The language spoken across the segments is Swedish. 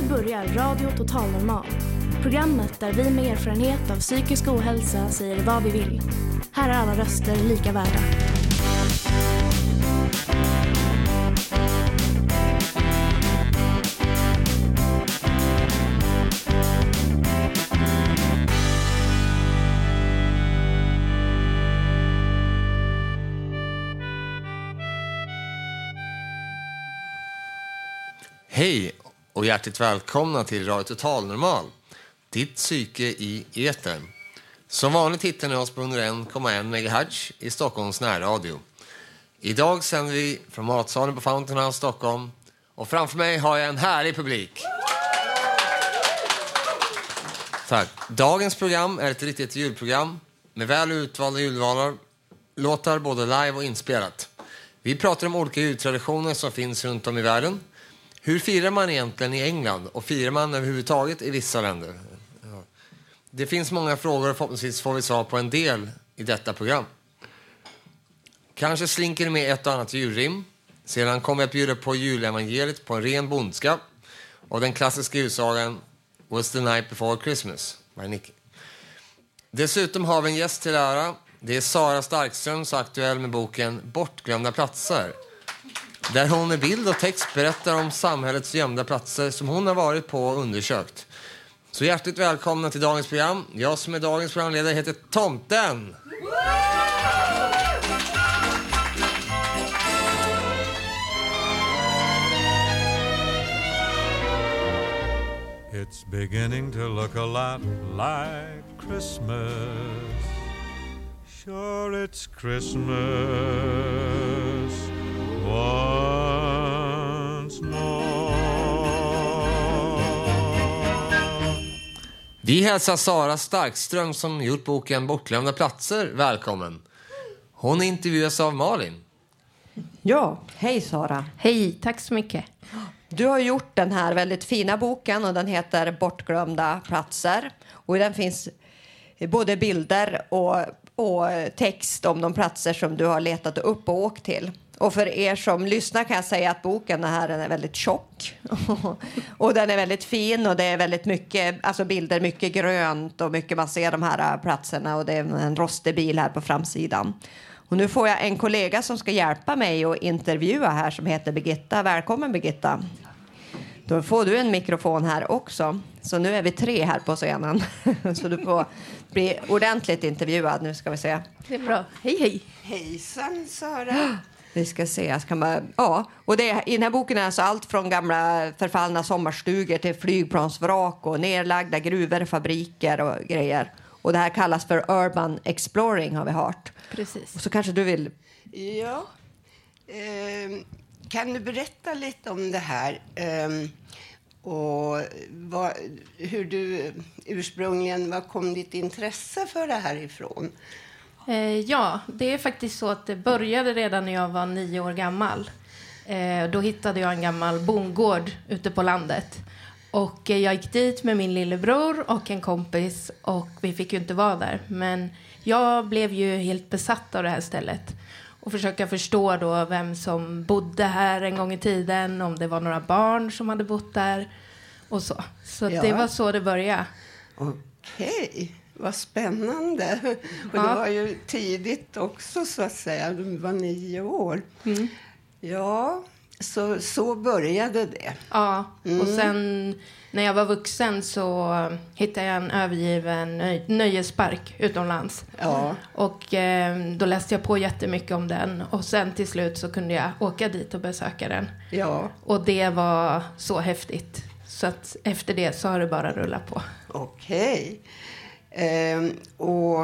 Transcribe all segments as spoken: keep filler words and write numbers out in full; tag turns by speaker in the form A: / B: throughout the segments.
A: börjar Radio Total Normal. Programmet där vi med erfarenhet av psykisk ohälsa säger vad vi vill. Här är alla röster lika värda.
B: Hej och hjärtligt välkomna till Radio Total Normal, ditt psyke i etern. Som vanligt hittar ni oss på hundra en komma ett megahertz i Stockholms närradio. Idag sänder vi från matsalen på Fountain House Stockholm och framför mig har jag en härlig publik. Tack. Dagens program är ett riktigt julprogram med väl utvalda julvalor, låtar både live och inspelat. Vi pratar om olika jultraditioner som finns runt om i världen. Hur firar man egentligen i England och firar man överhuvudtaget i vissa länder? Ja. Det finns många frågor och förhoppningsvis får vi svar på en del i detta program. Kanske slinker det med ett och annat julrim. Sedan kommer jag att bjuda på julevangeliet på en ren bondskap och den klassiska julsagan Was the Night Before Christmas by Nicky. Dessutom har vi en gäst till ära. Det är Sara Starkström, så aktuell med boken Bortglömda platser. Där hon med bild och text berättar om samhällets gömda platser som hon har varit på och undersökt. Så hjärtligt välkomna till dagens program. Jag som är dagens programledare heter Tomten.
C: It's beginning to look a lot like Christmas. Sure, it's Christmas once more.
B: Vi hälsar Sara Starkström som gjort boken Bortglömda platser välkommen. Hon intervjuas av Malin.
D: Ja, hej Sara.
E: Hej, tack så mycket.
D: Du har gjort den här väldigt fina boken och den heter Bortglömda platser. Och i den finns både bilder och, och text om de platser som du har letat upp och åkt till. Och för er som lyssnar kan jag säga att boken här är väldigt tjock. Och den är väldigt fin och det är väldigt mycket, alltså bilder, mycket grönt och mycket, man ser de här platserna och det är en rostig bil här på framsidan. Och nu får jag en kollega som ska hjälpa mig att intervjua här som heter Birgitta. Välkommen Birgitta. Då får du en mikrofon här också. Så nu är vi tre här på scenen. Så du får bli ordentligt intervjuad. Nu ska vi se.
E: Det är bra. Hej, hej.
F: Hejsan, Sara.
D: Vi ska se. Jag ska bara, ja. Och det, i den här boken är alltså allt från gamla förfallna sommarstugor till flygplansvrak och nedlagda gruvor, fabriker och grejer. Och det här kallas för Urban Exploring har vi hört.
E: Precis.
D: Och så kanske du vill...
F: Ja. Eh, kan du berätta lite om det här? Eh, och vad, hur du ursprungligen, var kom ditt intresse för det här ifrån?
E: Eh, ja, det är faktiskt så att det började redan när jag var nio år gammal. Eh, då hittade jag en gammal bondgård ute på landet. Och jag gick dit med min lillebror och en kompis och vi fick ju inte vara där. Men jag blev ju helt besatt av det här stället. Och försöka förstå då vem som bodde här en gång i tiden. Om det var några barn som hade bott där och så. Så
F: Ja.
E: det var så det började.
F: Okej, vad spännande. Och
E: Ja.
F: det var ju tidigt också så att säga. Du var nio år.
E: Mm.
F: Ja, så, så började det.
E: Ja,
F: Mm.
E: och sen när jag var vuxen så hittade jag en övergiven nöj- nöjespark utomlands.
F: Ja.
E: Och eh, då läste jag på jättemycket om den. Och sen till slut så kunde jag åka dit och besöka den.
F: Ja,
E: Och det var så häftigt. Så att efter det så har det bara rullat på.
F: okej. Ehm, och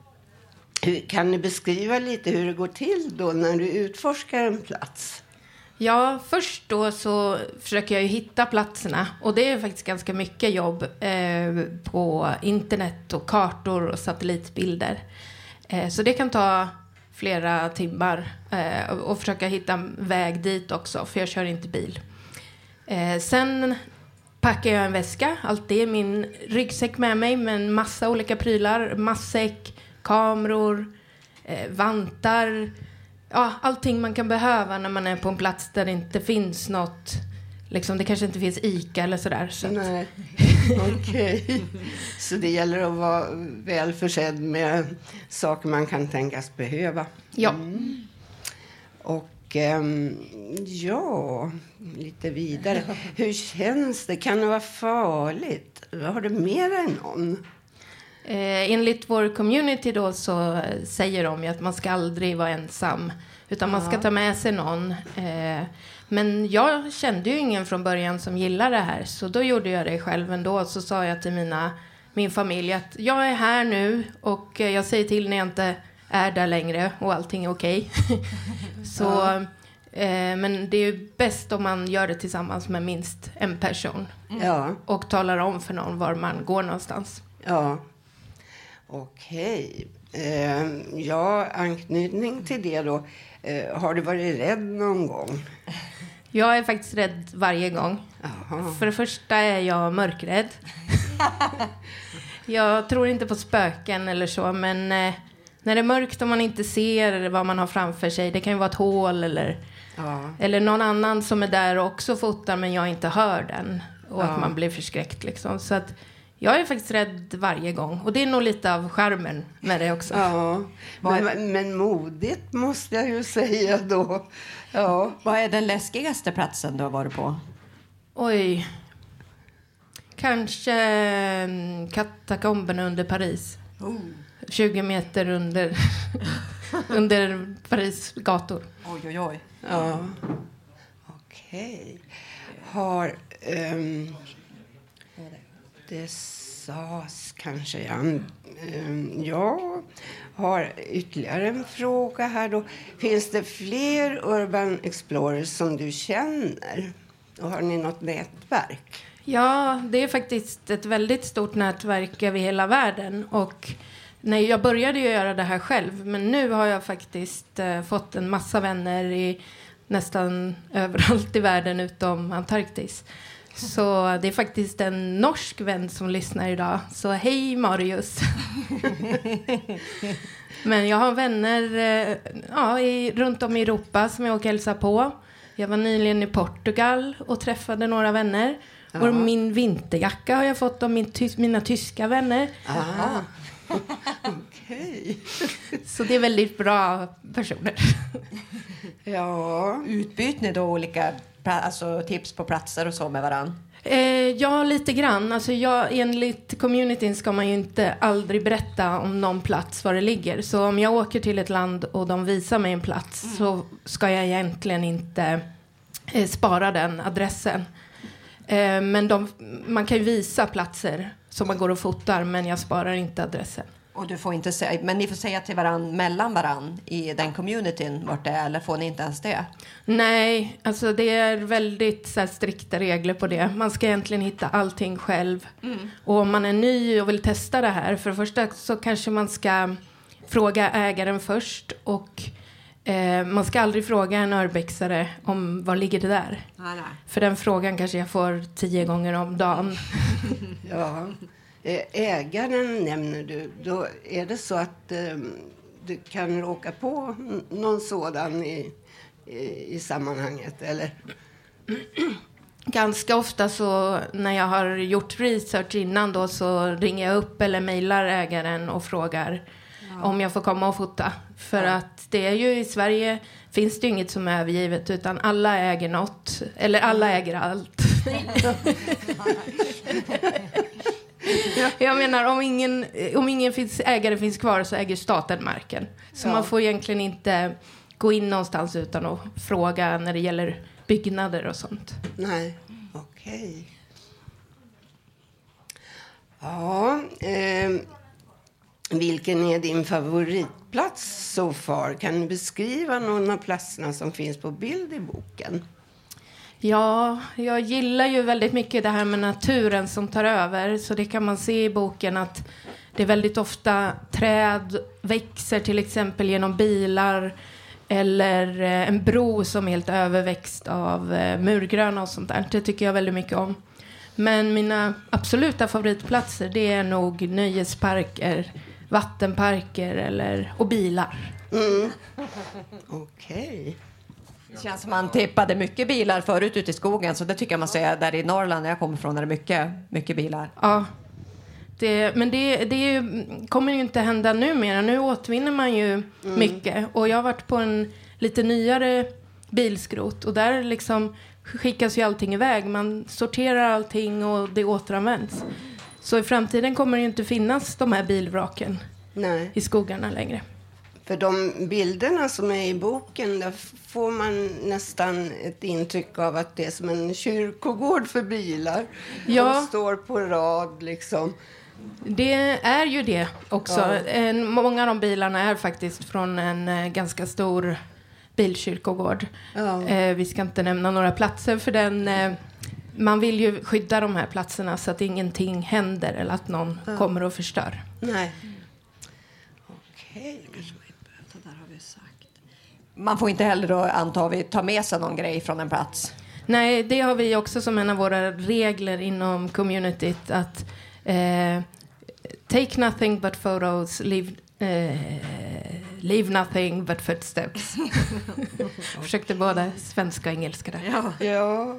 F: hur, kan du beskriva lite hur det går till då när du utforskar en plats?
E: Ja, först då så försöker jag ju hitta platserna. Och det är faktiskt ganska mycket jobb eh, på internet och kartor och satellitbilder. Eh, så det kan ta flera timmar eh, och försöka hitta en väg dit också, för jag kör inte bil. Eh, sen packar jag en väska, alltid min ryggsäck med mig med en massa olika prylar, matsäck, kameror, eh, vantar, ja, allting man kan behöva när man är på en plats där det inte finns något Liksom, det kanske inte finns ICA eller sådär. Så att...
F: Nej, okej. Okay. Så det gäller att vara väl försedd med saker man kan tänkas behöva.
E: Ja.
F: Mm. Och ähm, ja, lite vidare. Hur känns det? Kan det vara farligt? Har du mer än någon?
E: Eh, enligt vår community då så säger de ju att man ska aldrig vara ensam. Utan man ska ta med sig någon. Eh, men jag kände ju ingen från början som gillar det här. Så då gjorde jag det själv ändå. Så sa jag till mina, min familj att jag är här nu. Och jag säger till när jag inte är där längre. Och allting är okej. så, ja. eh, men det är ju bäst om man gör det tillsammans med minst en person.
F: Ja.
E: Och talar om för någon var man går någonstans.
F: Ja. Okej. Eh, ja, anknytning till det då. Eh, har du varit rädd någon gång?
E: Jag är faktiskt rädd varje gång.
F: Aha.
E: För det första är jag mörkrädd. Jag tror inte på spöken eller så. Men eh, när det är mörkt och man inte ser vad man har framför sig. Det kan ju vara ett hål eller,
F: ja.
E: eller någon annan som är där och också fotar men jag inte hör den. Och
F: ja.
E: att man blir förskräckt liksom. Så att jag är faktiskt rädd varje gång. Och det är nog lite av charmen med det också.
F: Ja, men, men modigt måste jag ju säga då. Ja.
D: Vad är den läskigaste platsen du har varit på?
E: Oj. Kanske um, katakomberna under Paris. Oh. tjugo meter under, under Paris gator.
D: Oj, oj, oj.
F: Ja. Okej. Okay. Har... Um, det sas kanske. Jag, jag har ytterligare en fråga här då. Finns det fler Urban Explorers som du känner? Och har ni något nätverk?
E: Ja, det är faktiskt ett väldigt stort nätverk över hela världen. Och när jag började ju göra det här själv. Men nu har jag faktiskt eh, fått en massa vänner i nästan överallt i världen utom Antarktis. Så det är faktiskt en norsk vän som lyssnar idag. Så hej Marius. Men jag har vänner eh, ja, i, runt om i Europa som jag åker hälsa på. Jag var nyligen i Portugal och träffade några vänner. Ja. Och min vinterjacka har jag fått av min ty- mina tyska vänner.
F: Aha. Okej.
E: Så det är väldigt bra personer.
F: Ja.
D: Utbyter ni då olika alltså, tips på platser och så med varann?
E: Eh, ja, lite grann. Alltså jag, enligt communityn ska man ju inte aldrig berätta om någon plats var det ligger. Så om jag åker till ett land och de visar mig en plats mm. så ska jag egentligen inte eh, spara den adressen. Eh, men de, man kan ju visa platser som man går och fotar, men jag sparar inte adressen.
D: Och du får inte säga, men ni får säga till varann mellan varann i den communityn vart det är, eller får ni inte ens det?
E: Nej, alltså det är väldigt så här, strikta regler på det. Man ska egentligen hitta allting själv. Mm. Och om man är ny och vill testa det här, för det första så kanske man ska fråga ägaren först. Och eh, man ska aldrig fråga en urbexare om var ligger det där. Nej, nej. För den frågan kanske jag får tio gånger om dagen.
F: Ja. Ägaren nämner du. Då är det så att eh, du kan råka på någon sådan i, i, i sammanhanget, eller?
E: Ganska ofta så när jag har gjort research innan då så ringer jag upp eller mejlar ägaren och frågar ja. om jag får komma och fota. För ja. att det är ju i Sverige finns det ju inget som är övergivet utan alla äger något. Eller alla äger allt. Jag menar, om ingen, om ingen finns, ägare finns kvar så äger staten marken. Så ja. man får egentligen inte gå in någonstans utan att fråga när det gäller byggnader och sånt.
F: Nej, okej. Okay. Ja, eh, vilken är din favoritplats så far? Kan du beskriva någon av platserna som finns på bild i boken?
E: Ja, jag gillar ju väldigt mycket det här med naturen som tar över. Så det kan man se i boken att det är väldigt ofta träd växer till exempel genom bilar. Eller en bro som är helt överväxt av murgröna och sånt där. Det tycker jag väldigt mycket om. Men mina absoluta favoritplatser det är nog nöjesparker, vattenparker eller, och bilar.
F: Mm. Okej. Okay.
D: Det känns som man tippade mycket bilar förut ute i skogen. Så det tycker jag man säger där i Norrland, där jag kommer ifrån, är det mycket, mycket bilar.
E: Ja, det, men det, det är ju, kommer ju inte hända numera. Nu återvinner man ju mm. mycket. Och jag har varit på en lite nyare bilskrot. Och där liksom skickas ju allting iväg. Man sorterar allting och det återanvänds. Så i framtiden kommer det ju inte finnas de här bilvraken
F: Nej.
E: i skogarna längre.
F: För de bilderna som är i boken, där får man nästan ett intryck av att det är som en kyrkogård för bilar.
E: Ja.
F: De står på rad liksom.
E: Det är ju det också.
F: Ja.
E: En, många av de bilarna är faktiskt från en eh, ganska stor bilkyrkogård.
F: Ja.
E: Eh, vi ska inte nämna några platser för den. Eh, man vill ju skydda de här platserna så att ingenting händer eller att någon ja. kommer och förstör.
F: Nej. Okej.
D: Man får inte heller då, antar vi, ta med sig någon grej från en plats.
E: Nej, det har vi också som en av våra regler inom communityt. Att eh, take nothing but photos, leave, eh, leave nothing but footsteps. Försökte både svenska och engelska där.
F: Ja. ja.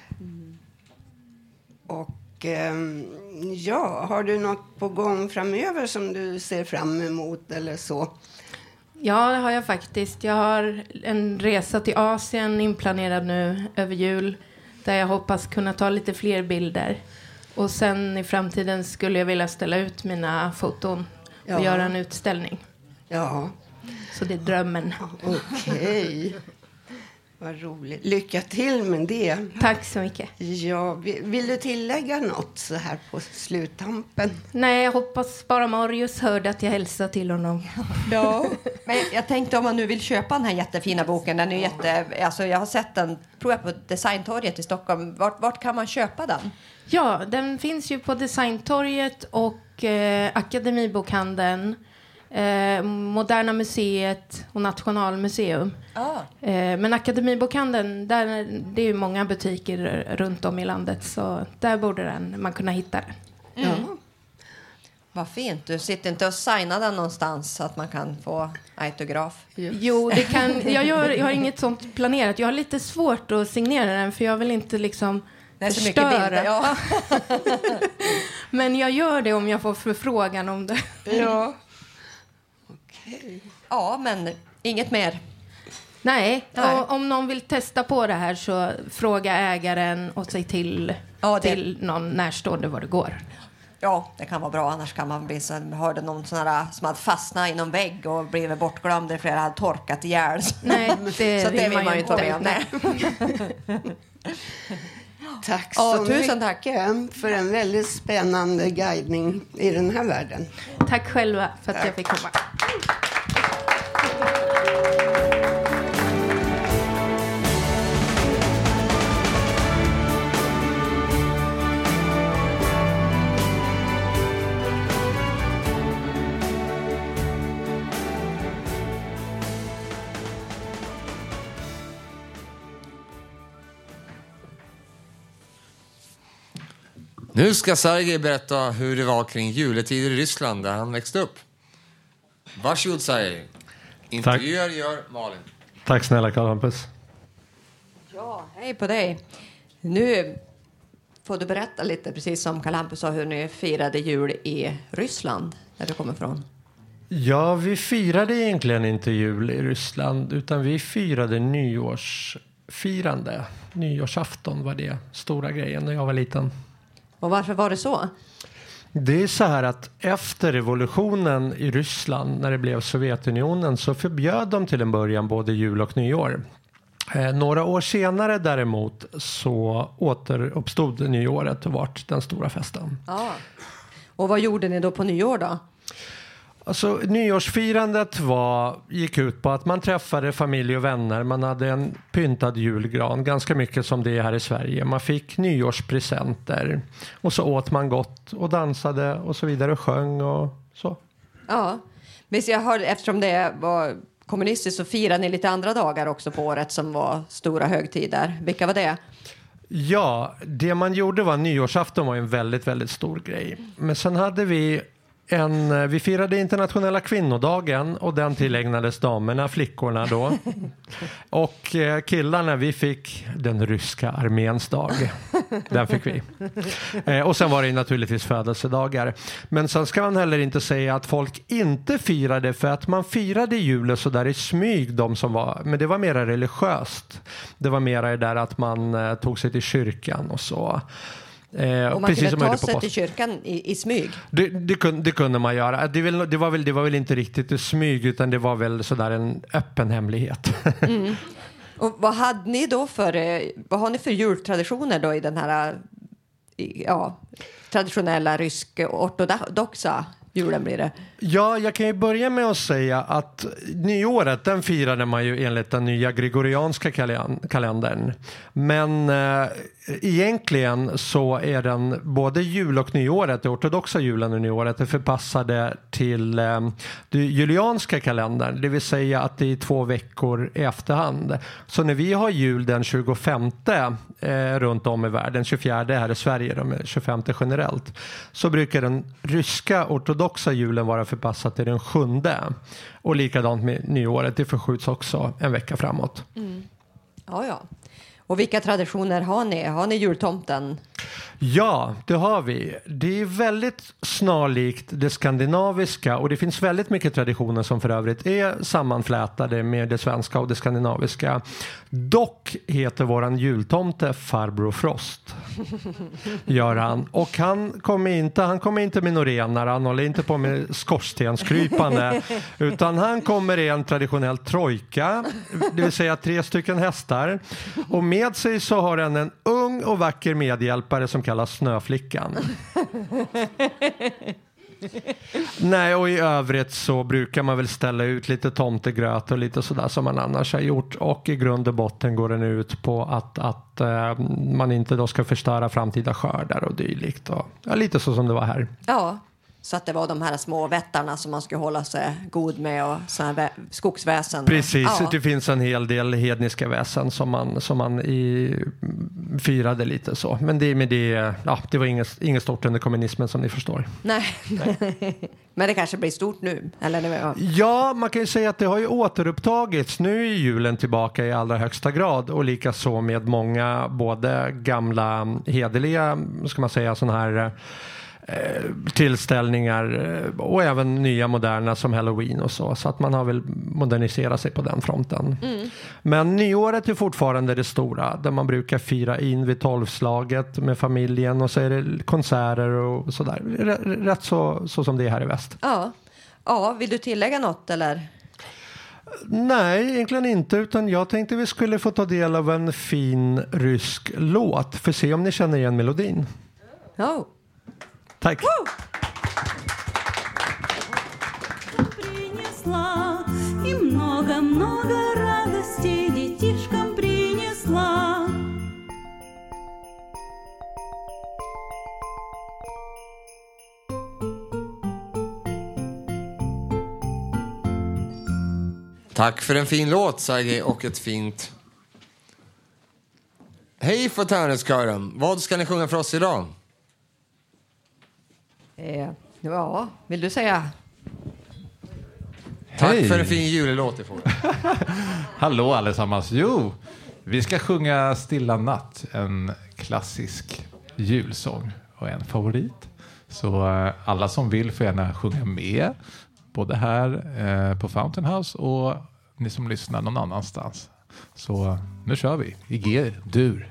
F: Och ehm, ja, har du något på gång framöver som du ser fram emot eller så?
E: Ja, det har jag faktiskt. Jag har en resa till Asien inplanerad nu över jul. Där jag hoppas kunna ta lite fler bilder. Och sen i framtiden skulle jag vilja ställa ut mina foton och
F: ja.
E: göra en utställning.
F: Ja.
E: Så det är drömmen.
F: Okej. Vad roligt. Lycka till med det.
E: Tack så mycket.
F: Ja, vill du tillägga något så här på sluttampen?
E: Nej, jag hoppas bara Marius hörde att jag hälsade till honom.
D: Ja. Men jag tänkte om man nu vill köpa den här jättefina boken. Den är jätte, alltså jag har sett den, tror jag, på Designtorget i Stockholm. Vart, vart kan man köpa den?
E: Ja, den finns ju på Designtorget och eh, Akademibokhandeln. Eh, Moderna museet och Nationalmuseum.
D: Ah.
E: Eh, men Akademibokhandeln, där, det är ju många butiker runt om i landet. Så där borde den, man kunna hitta den.
D: Mm. Ja. Vad fint. Du sitter inte och signar den någonstans så att man kan få autograf?
E: Just. Jo, det kan, jag, gör, jag har inget sånt planerat. Jag har lite svårt att signera den för jag vill inte liksom
D: det är
E: förstöra.
D: Så mycket bilder, ja.
E: Men jag gör det om jag får förfrågan om det.
F: Ja. Okej.
D: Ja, men inget mer.
E: Nej,
D: Nej.
E: Och om någon vill testa på det här så fråga ägaren och säg till,
D: ja, det...
E: till någon närstående vad det går.
D: Ja, det kan vara bra. Annars kan man bli så, hörde någon sån här som hade fastnat i någon vägg och blivit bortglömd där flera hade torkat ihjäl.
E: Nej, det,
D: så det vill man ju inte vara med om. Nej.
F: Tack så
D: ja, tusen
F: mycket
D: tack.
F: för en väldigt spännande guidning i den här världen.
E: Tack själva för att
F: tack.
E: jag fick komma.
B: Nu ska Sergej berätta hur det var kring juletider i Ryssland där han växte upp. Varsågod Sergej. Intervjuer gör Malin.
G: Tack snälla Karl Hampus.
D: Ja, hej på dig. Nu får du berätta lite, precis som Karl Hampus sa, hur ni firade jul i Ryssland, där du kommer ifrån.
G: Ja, vi firade egentligen inte jul i Ryssland, utan vi firade nyårsfirande. Nyårsafton var det stora grejen när jag var liten.
D: Och varför var det så?
G: Det är så här att efter revolutionen i Ryssland, när det blev Sovjetunionen, så förbjöd de till en början både jul och nyår. Eh, några år senare däremot så återuppstod nyåret och vart den stora festen.
D: Ja. Och vad gjorde ni då på nyår då?
G: Alltså, nyårsfirandet var, gick ut på att man träffade familj och vänner. Man hade en pyntad julgran, ganska mycket som det är här i Sverige. Man fick nyårspresenter och så åt man gott och dansade och så vidare och sjöng och så.
D: Ja, men jag hörde, eftersom det var kommunistiskt så firade ni lite andra dagar också på året som var stora högtider. Vilka var det?
G: Ja, det man gjorde var nyårsafton var en väldigt, väldigt stor grej. Men sen hade vi en, vi firade internationella kvinnodagen och den tillägnades damerna, flickorna då. Och killarna, vi fick den ryska arméns dag. Den fick vi. Och sen var det naturligtvis födelsedagar. Men sen ska man heller inte säga att folk inte firade, för att man firade julen så där i smyg, de som var, men det var mer religiöst. Det var mer det där att man eh, tog sig till kyrkan och så. Eh,
D: och man
G: precis
D: kunde ta
G: som
D: sig till kyrkan i, i smyg?
G: Det, det, kunde, det kunde man göra. Det, väl, det, var väl, det var väl inte riktigt i smyg, utan det var väl sådär en öppen hemlighet.
D: Mm. Och vad hade ni då för, vad har ni för jultraditioner då i den här ja, traditionella rysk-ortodoxa julen blir det?
G: Ja, jag kan ju börja med att säga att nyåret, den firade man ju enligt den nya gregorianska kalendern. Men eh, egentligen så är den, både jul och nyåret, det ortodoxa julen och nyåret, är förpassade till eh, den julianska kalendern. Det vill säga att det är två veckor i efterhand. Så när vi har jul den tjugofemte eh, runt om i världen, tjugofjärde här i Sverige, de är tjugofemte generellt, så brukar den ryska ortodoxa julen vara förpassad till den sjunde. Och likadant med nyåret, det förskjuts också en vecka framåt.
D: Mm. Ja, ja. Och vilka traditioner har ni? Har ni jultomten?
G: Ja, det har vi. Det är väldigt snarlikt det skandinaviska, och det finns väldigt mycket traditioner som för övrigt är sammanflätade med det svenska och det skandinaviska. Dock heter våran jultomte Farbror Frost. Gör han. Och han kommer inte, han kommer inte med några renar, han håller inte på med skorstenskrypande, utan han kommer i en traditionell trojka, det vill säga tre stycken hästar. Och med sig så har han en ung och vacker medhjälpare som kallas Snöflickan. Nej, och i övrigt så brukar man väl ställa ut lite tomtegröt och lite sådär som man annars har gjort. Och i grund och botten går den ut på att, att eh, man inte då ska förstöra framtida skördar och dylikt. Och, ja, lite så som det var här.
D: Ja, så att det var de här små vättarna som man skulle hålla sig god med och såna här skogsväsen.
G: Precis,
D: ja.
G: Det finns en hel del hedniska väsen som man, som man i, firade lite så. Men det, med det, ja, det var inget, inget stort under kommunismen som ni förstår.
D: Nej, Nej. Men det kanske blir stort nu? Eller? Ja.
G: ja, man kan ju säga att det har ju återupptagits. Nu är julen tillbaka i allra högsta grad, och lika så med många både gamla hederliga, ska man säga, sådana här tillställningar och även nya moderna som Halloween och så. Så att man har väl moderniserat sig på den fronten. Mm. Men nyåret är fortfarande det stora, där man brukar fira in vid tolvslaget med familjen, och så är det konserter och sådär. Rätt så, så som det är här i väst.
D: Ja. Ja, vill du tillägga något eller?
G: Nej, egentligen inte, utan jag tänkte vi skulle få ta del av en fin rysk låt, för se om ni känner igen melodin.
D: Ja. Oh.
G: Tack.
H: Принесла и много-много радости детишкам принесла.
B: Tack för en fin låt, Sergej, och ett fint... Hej Fontänhuskören, vad ska ni sjunga för oss idag?
D: Eh, ja, vill du säga?
B: Tack
I: Hej.
B: för en fin julelåt ifrån.
I: Hallå allesammans. Jo, vi ska sjunga Stilla natt, en klassisk julsång och en favorit. Så eh, alla som vill får gärna sjunga med, både här eh, på Fountain House och ni som lyssnar någon annanstans. Så nu kör vi i G-dur.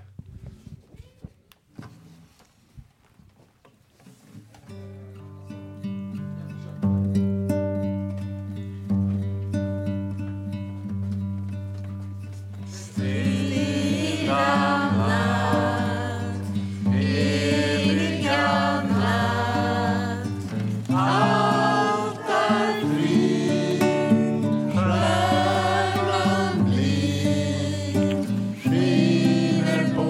H: Skiner på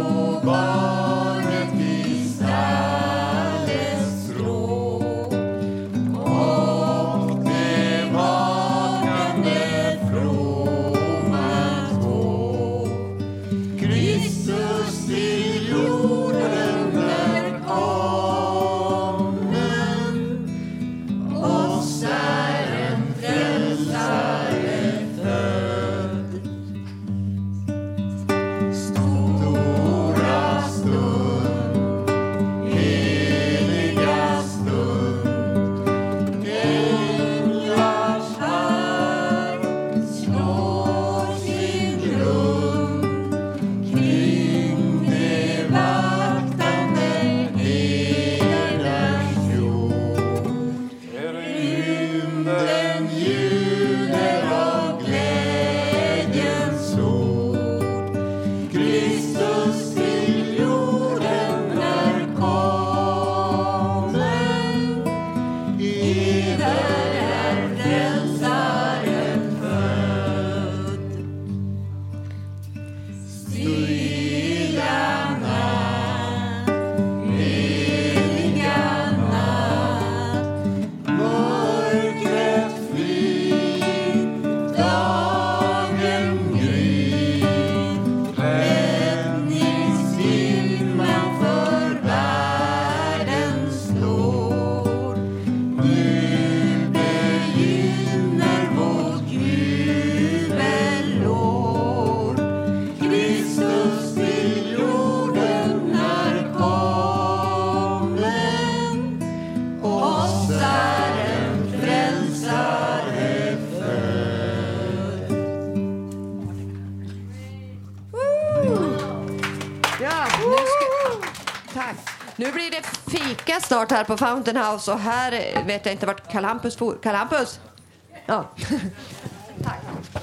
D: Tack. Nu blir det fika snart här på Fountain House och här vet jag inte vart Kalampus for. Kalampus? Ja. Tack.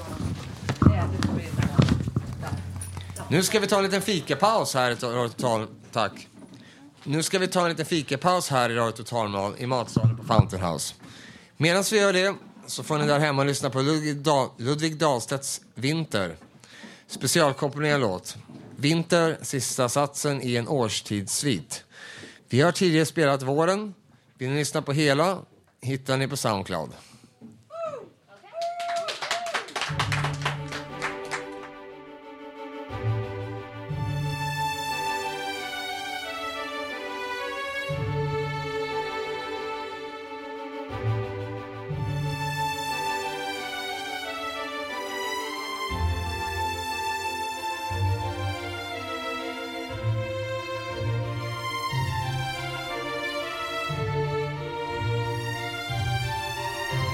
B: Nu ska vi ta en liten fikapaus här i Radio Total. Tack. Nu ska vi ta en liten fikapaus här i Radio Total i matsalen på Fountain House. Medan vi gör det så får ni där hemma lyssna på Ludvig, Dahl, Ludvig Dahlstedts Vinter. Specialkomponerad låt. Vinter, sista satsen i en årstidssvit. Vi har tidigare spelat Våren. Vill ni lyssna på hela hittar ni på Soundcloud.
H: Thank you.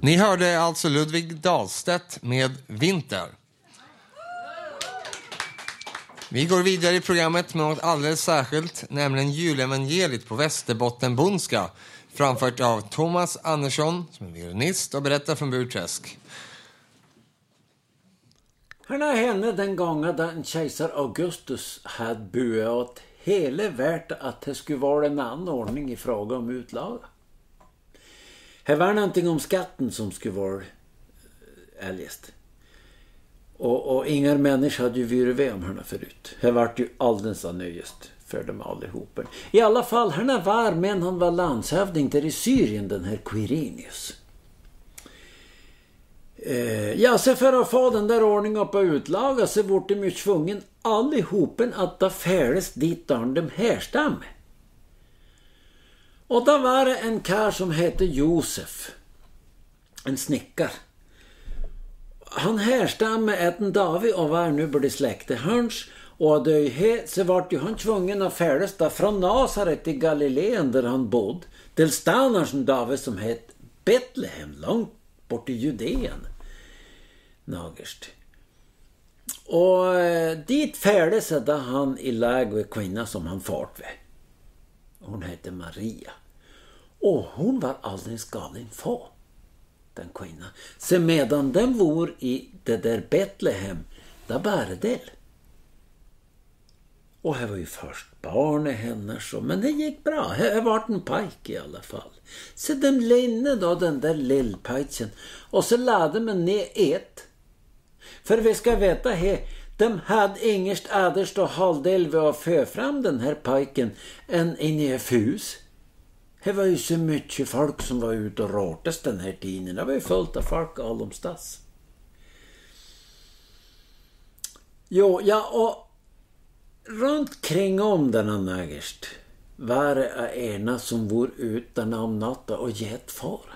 B: Ni hörde alltså Ludvig Dahlstedt med Vinter. Vi går vidare i programmet med något alldeles särskilt, nämligen julevangeliet på Västerbottenbondska, framfört av Thomas Andersson, som är violinist och berättar från Burträsk.
J: Härna henne den gången den kejsar Augustus hade buat hela värt att det skulle vara en annan ordning i fråga om utlaga. Här var någonting om skatten som skulle vara eljest. Och, och inga människor hade ju varit med om henne förut. Här var ju alldeles nöjest för dem allihopa. I alla fall, henne var, men han var landshövding där i Syrien, den här Quirinius. Eh, ja, så för att få den där ordningen på utlaga så vart de ju tvungen allihopen att ta färdes dit där de härstamme. Och då var det en karl som hette Josef, en snickar. Han härstamme äten David och var nu både släkte hans. Och det he, så vart ju han tvungen att färdas där från Nasaret i Galileen där han bodde till staden som David som hette Betlehem, långt bort i Judeen. Nagerst. Och eh, dit färdes där han i läg med kvinna som han fart vid. Hon hette Maria. Och hon var alldeles galen få, den kvinnan. Så medan den var i det där Betlehem, där bara det. Och här var ju först barnet hennes, men det gick bra. Här var en pojke i alla fall. Så de linne då den där lillpojken och så lade man ner ett. För vi ska veta här, de hade inget äderst och halvdel vid att få fram den här pojken än in i ett hus. Det var ju så mycket folk som var ute och råtes den här tiden. Det var ju fullt av folk allomstads. Jo, ja, och runt kring om denna nägerst var det ena som var utan om natta och get fara.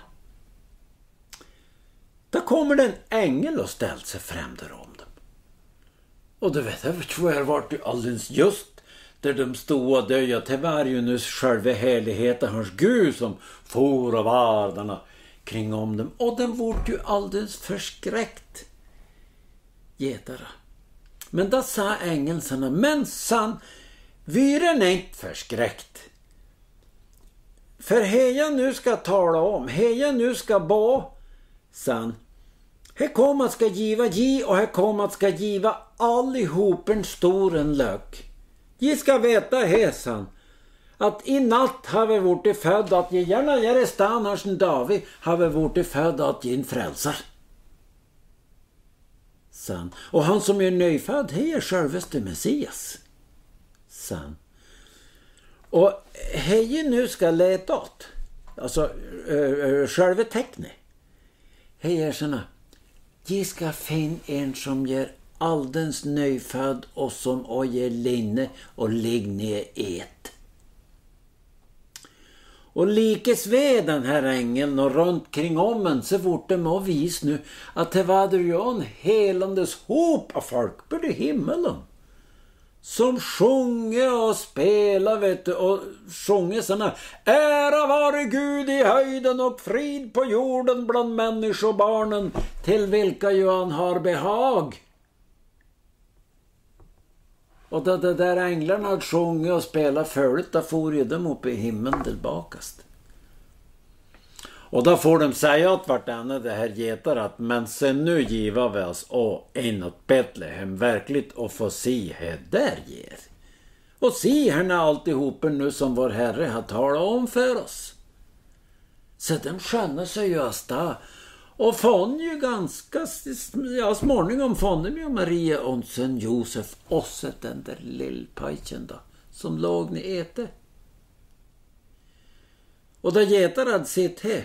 J: Då kommer det en ängel och ställt sig fram där om dem. Och du vet, jag tror jag vart ju alldeles just där de stod och döja. Det var ju nu själva härligheten hans Gud som for av vardarna kring om dem. Och den vart ju alldeles förskräckt. Getara. Men då sa ängelserna, men san, vyren är inte förskräckt. För heja nu ska tala om, heja nu ska bo, san. Här kommer att ska giva gi och här kommer att ska giva allihopen stor en lök. Ge ska veta här, san, att i natt har vi varit född att ge gärna göra stanarsen David har vi varit född att ge en frälsar. San. Och han som är nyfödd här är självaste Messias. San. Och hej nu ska leta åt. Alltså äh, själva tecknet. Hej är såna. Jag ska finna en som ger alldeles nyfödd och som och ger linne och ligg ner ett. Och likes ved den här ängeln och runt kring om en så vart det må vis nu att det var ju en helandes hop av folk på det himmelen. Som sjunger och spelar, vet du, och sjunger såna ära vare Gud i höjden och frid på jorden bland människobarnen till vilka ju han har behag. Och då det där änglarna hade sjungit och spelat förut, då får ju dem upp i himlen tillbakast. Och då får de säga åt vartannat det här getar att men sen nu giva vi oss och inåt Betlehem verkligt och få se här där ger. Och se här när alltihopen nu som vår Herre har talat om för oss. Så de skönner sig just där. Och fann ju ganska, ja småningom fann de ju Maria och sen Josef och så den där lillpojken då som låg ni äte. Och då getar hade sitt här.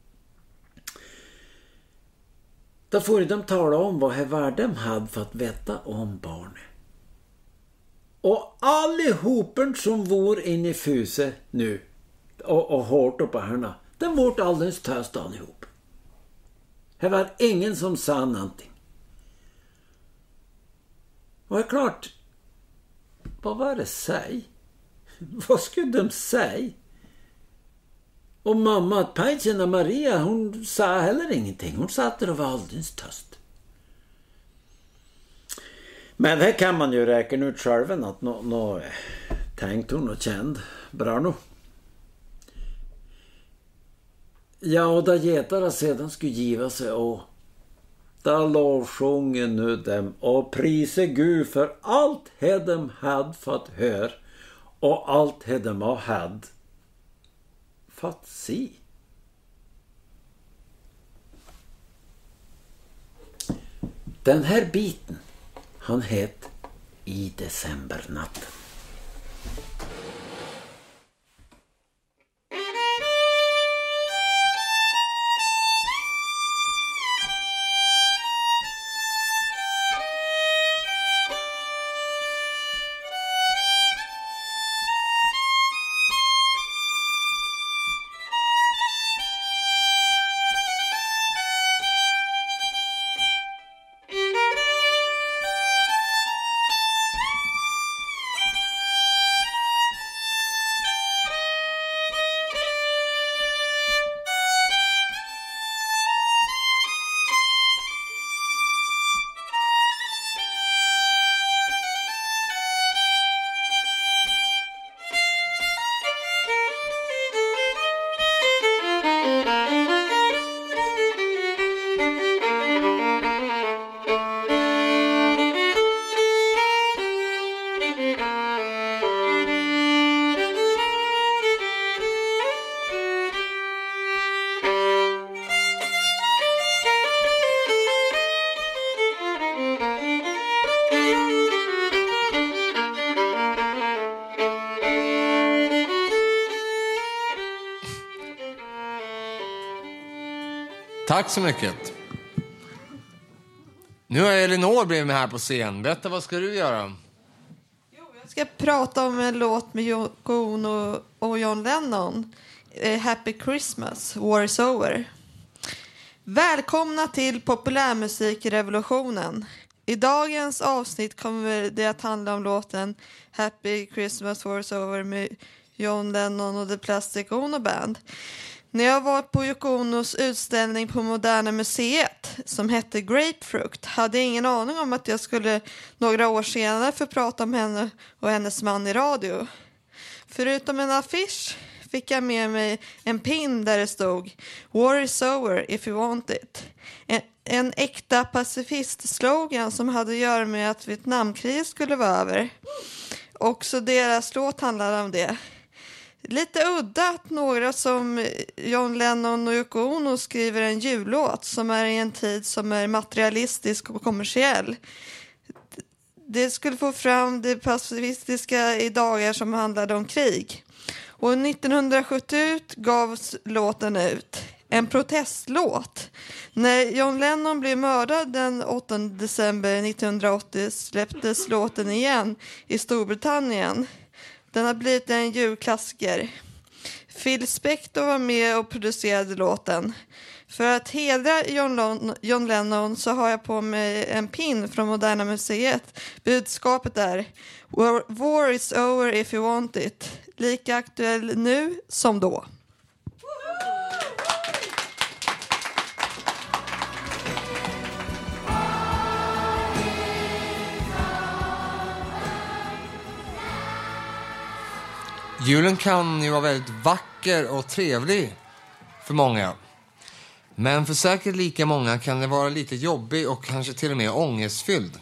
J: Då får de tala om vad här var de hade för att veta om barnet. Och allihopen som var inne i fuse nu och, och hårt upp på hörna, den vart alldeles töst allihop. Det var ingen som sa någonting. Och det är klart, vad var det säg? Vad skulle de säga? Och mamma, Pajtjena Maria, hon sa heller ingenting. Hon satt där och var alldeles tyst. Men det kan man ju räkna ut själv att nå, nå tänkte hon och kände bra nog. Ja, och där getarna sedan skulle giva sig och där lovsjunger nu dem och priser Gud för allt det de hade fått höra och allt det de hade fått se. Den här biten, han het I decembernatten.
B: Tack så mycket. Nu har Elinor blivit med här på scen. Berätta, vad ska du göra?
K: Jag ska prata om en låt med Yoko Ono och John Lennon. Happy Christmas, War is over. Välkomna till populärmusikrevolutionen. I dagens avsnitt kommer det att handla om låten Happy Christmas, War is over med John Lennon och The Plastic Ono Band. När jag var på Yoko Onos utställning på Moderna Museet som hette Grapefruit hade jag ingen aning om att jag skulle några år senare få prata om henne och hennes man i radio. Förutom en affisch fick jag med mig en pin där det stod War is over if you want it. En, en äkta pacifist-slogan som hade att göra med att Vietnamkriget skulle vara över. Också deras låt handlade om det. Lite udda att några som John Lennon och Yoko Ono skriver en jullåt som är i en tid som är materialistisk och kommersiell. Det skulle få fram det pacifistiska i dagar som handlade om krig. Och nittonhundrasjuttio gavs låten ut. En protestlåt. När John Lennon blev mördad den åttonde december nittonhundraåttio släpptes låten igen i Storbritannien. Den har blivit en julklassiker. Phil Spector var med och producerade låten. För att hedra John, John Lennon så har jag på mig en pin från Moderna Museet. Budskapet är War, war is over if you want it. Lika aktuell nu som då.
B: Julen kan ju vara väldigt vacker och trevlig för många. Men för säkert lika många kan det vara lite jobbig och kanske till och med ångestfylld.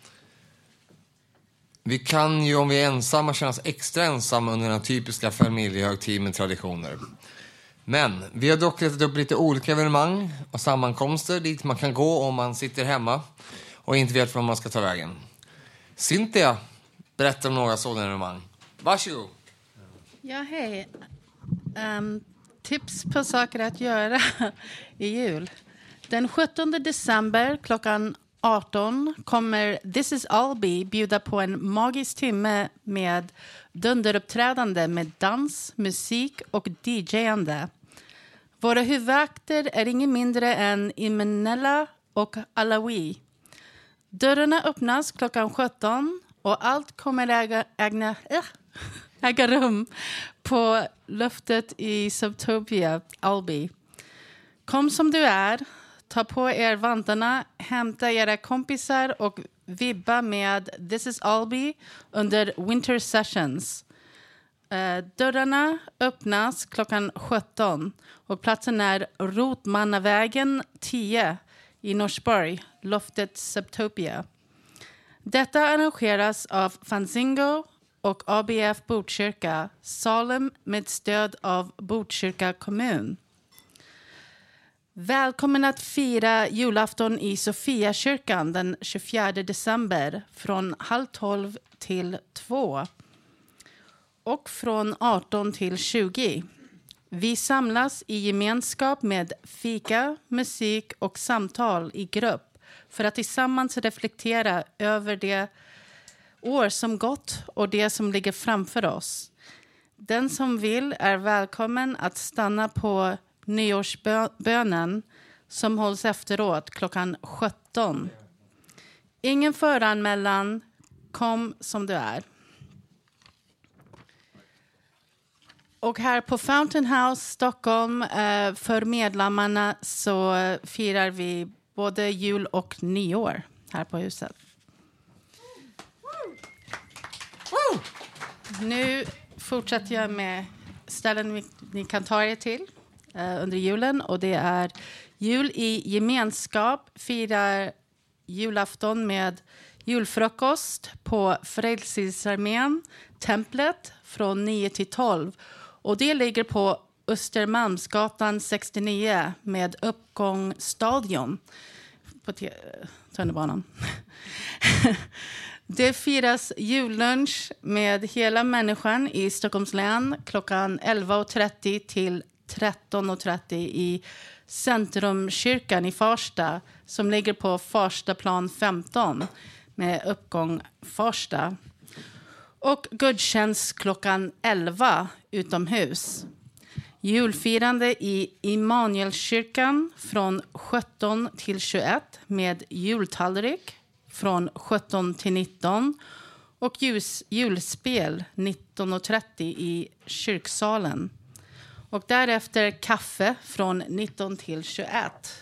B: Vi kan ju om vi är ensamma känna oss extra ensamma under den typiska familjehögtid med traditioner. Men vi har dock letat upp lite olika evenemang och sammankomster dit man kan gå om man sitter hemma och inte vet var man ska ta vägen. Cynthia berättar om några sådana evenemang. Varsågod.
L: Ja, hej. Um, tips på saker att göra i jul. Den sjuttonde december klockan arton kommer This is Alby bjuda på en magisk timme med dunderuppträdande med dans, musik och DJande. Våra huvudakter är ingen mindre än Imenella och Alawi. Dörrarna öppnas klockan sjutton och allt kommer äga, ägna, äh, äga rum på loftet i Subtopia, Alby. Kom som du är, ta på er vantarna, hämta era kompisar och vibba med This is Alby under Winter Sessions. Uh, dörrarna öppnas klockan sjutton och platsen är Rotmannavägen tio i Norsborg, loftet Subtopia. Detta arrangeras av Fanzingo och A B F Botkyrka, Salem med stöd av Botkyrka kommun. Välkommen att fira julafton i Sofiakyrkan den tjugofjärde december från halv tolv till två och från arton till tjugo. Vi samlas i gemenskap med fika, musik och samtal i grupp för att tillsammans reflektera över det år som gått och det som ligger framför oss. Den som vill är välkommen att stanna på nyårsbönen som hålls efteråt klockan sjutton. Ingen föranmälan, kom som du är. Och här på Fountain House Stockholm eh, för medlemmarna så firar vi både jul och nyår här på huset. Nu fortsätter jag med ställen vi, ni kan ta er till eh, under julen. Och det är jul i gemenskap. Firar julafton med julfrukost på Frälsningsarmén, templet från nio till tolv. Och det ligger på Östermalmsgatan sextionio med uppgångsstadion på t- tunnelbanan. Det firas jullunch med hela människan i Stockholms län klockan elva och trettio till tretton och trettio i Centrumkyrkan i Farsta som ligger på Farstaplan femton med uppgång Farsta. Och gudstjänst klockan elva utomhus. Julfirande i Immanuelskyrkan från sjutton till tjugoett med jultallrik från sjutton till nitton och ljus, julspel nitton och trettio i kyrksalen. Och därefter kaffe från nitton till tjugoett.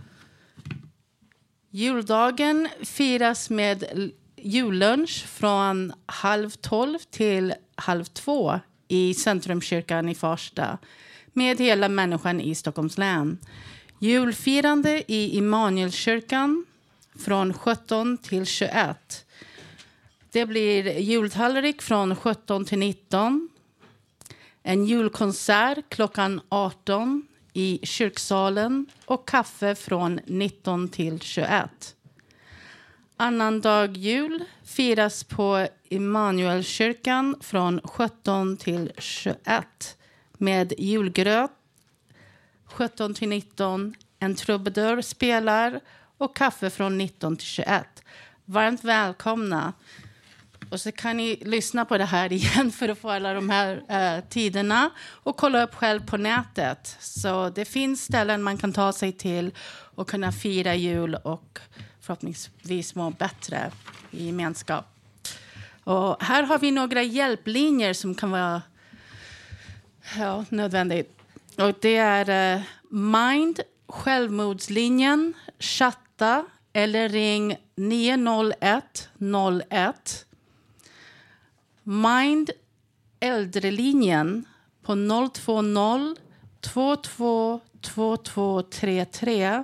L: Juldagen firas med jullunch från halv tolv till halv två i Centrumkyrkan i Farsta med hela människan i Stockholms län. Julfirande i Immanuelskyrkan från sjutton till tjugoett. Det blir jultallrik från sjutton till nitton. En julkonsert klockan arton i kyrksalen och kaffe från nitton till tjugoett. Annandag jul firas på Immanuelskyrkan från sjutton till tjugoett med julgröt sjutton till nitton. En trubadur spelar och kaffe från nitton till tjugoett. Varmt välkomna. Och så kan ni lyssna på det här igen för att få alla de här eh, tiderna och kolla upp själv på nätet. Så det finns ställen man kan ta sig till och kunna fira jul och förhoppningsvis må bättre i gemenskap. Och här har vi några hjälplinjer som kan vara ja, nödvändigt. Och det är eh, Mind, självmordslinjen, chatta eller ring nio noll ett noll ett. Mind, äldrelinjen på noll två noll två två två två tre tre.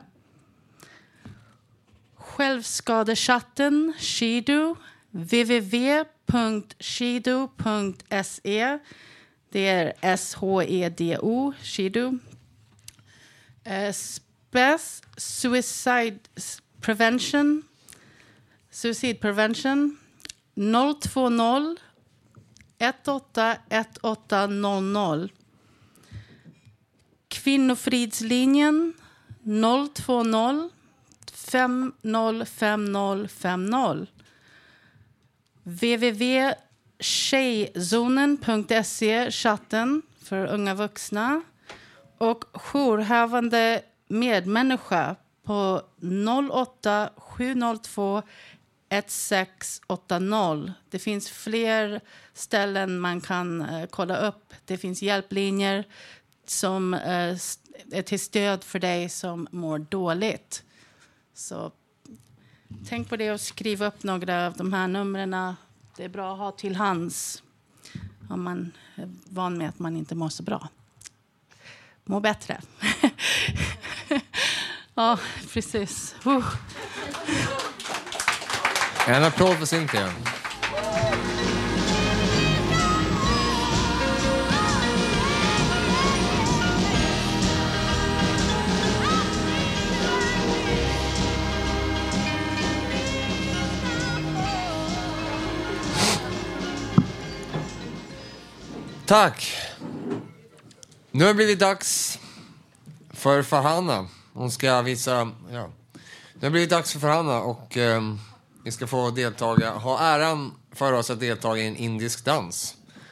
L: Självskadechatten Shido w w w punkt shido punkt se. Det är S H E D O Shido. Uh, Spes Suicide Prevention Suicide Prevention noll två noll ett åtta ett åtta noll noll. Kvinnofridslinjen noll två noll fem noll fem noll fem noll. w w w punkt tjejzonen punkt se chatten för unga vuxna. Och jourhavande medmänniska på noll åtta sju noll två ett sex åtta noll. Det finns fler ställen man kan uh, kolla upp. Det finns hjälplinjer som uh, är till stöd för dig som mår dåligt. Så tänk på det och skriv upp några av de här numren. Det är bra att ha till hands om man är van med att man inte mår så bra. Må bättre. Ja, precis. Uh.
B: En applåd för Cynthia. Tack. Nu har det blivit dags för Farhana. Hon ska visa... Ja. Nu har det blivit dags för Farhana och eh, vi ska få deltaga, ha äran för oss att delta i en indisk dans.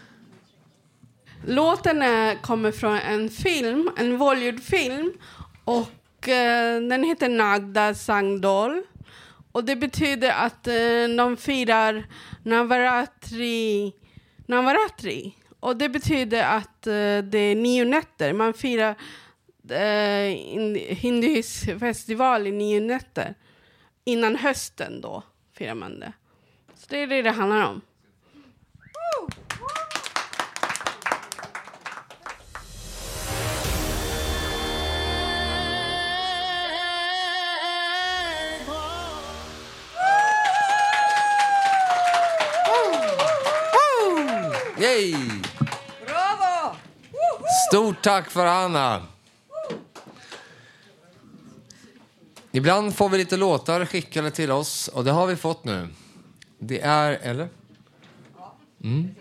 M: Låten är, kommer från en film, en Bollywood-film. Och eh, den heter Nagda Sangdol. Och det betyder att eh, de firar Navaratri. Navaratri. Och det betyder att eh, det är nio nätter. Man firar eh, hinduisk festival i nio nätter. Innan hösten då firar man det. Så det är det det handlar om.
B: Yay!
D: Bravo!
B: Stort tack för Anna. Ibland får vi lite låtar skickade till oss och det har vi fått nu. Det är, eller? Mm.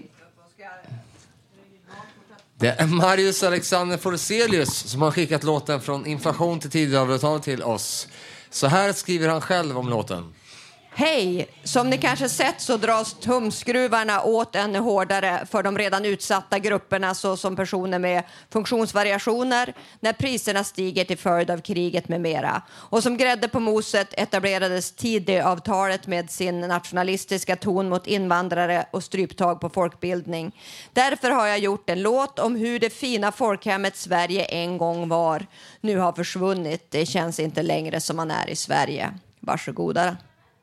B: Det är Marius Alexander Forselius som har skickat låten från Inflation till Tidövertal till oss. Så här skriver han själv om låten.
D: Hej! Som ni kanske sett så dras tumskruvarna åt ännu hårdare för de redan utsatta grupperna såsom personer med funktionsvariationer när priserna stiger till följd av kriget med mera. Och som grädde på moset etablerades Tidöavtalet med sin nationalistiska ton mot invandrare och stryptag på folkbildning. Därför har jag gjort en låt om hur det fina folkhemmet Sverige en gång var. Nu har försvunnit. Det känns inte längre som man är i Sverige. Varsågoda.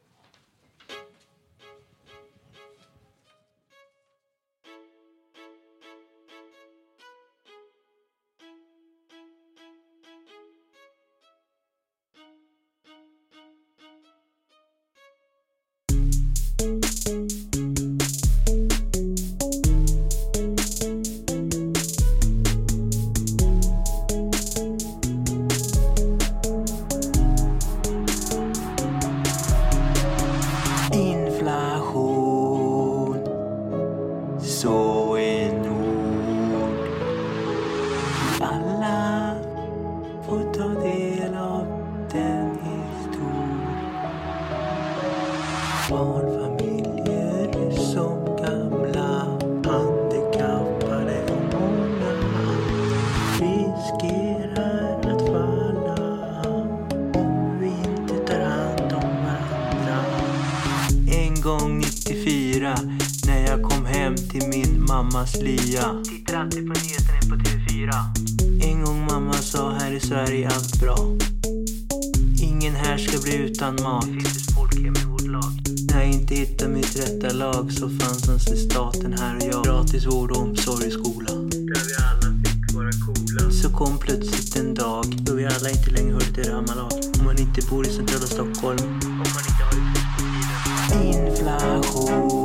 N: Lya. Tittar alltid på nyheterna på T V fyra. En gång mamma sa här i Sverige allt bra. Ingen här ska bli utan mat. Det finns folkhem i vårt lag. När jag inte hittade mitt rätta lag så fanns alltså staten här och jag. Gratis vård och omsorg i skolan. Där vi alla fick vara coola. Så kom plötsligt en dag då vi alla inte längre hörde till Ramalag. Om man inte bor i centrala Stockholm. Om man inte har det på tiden. Inflation.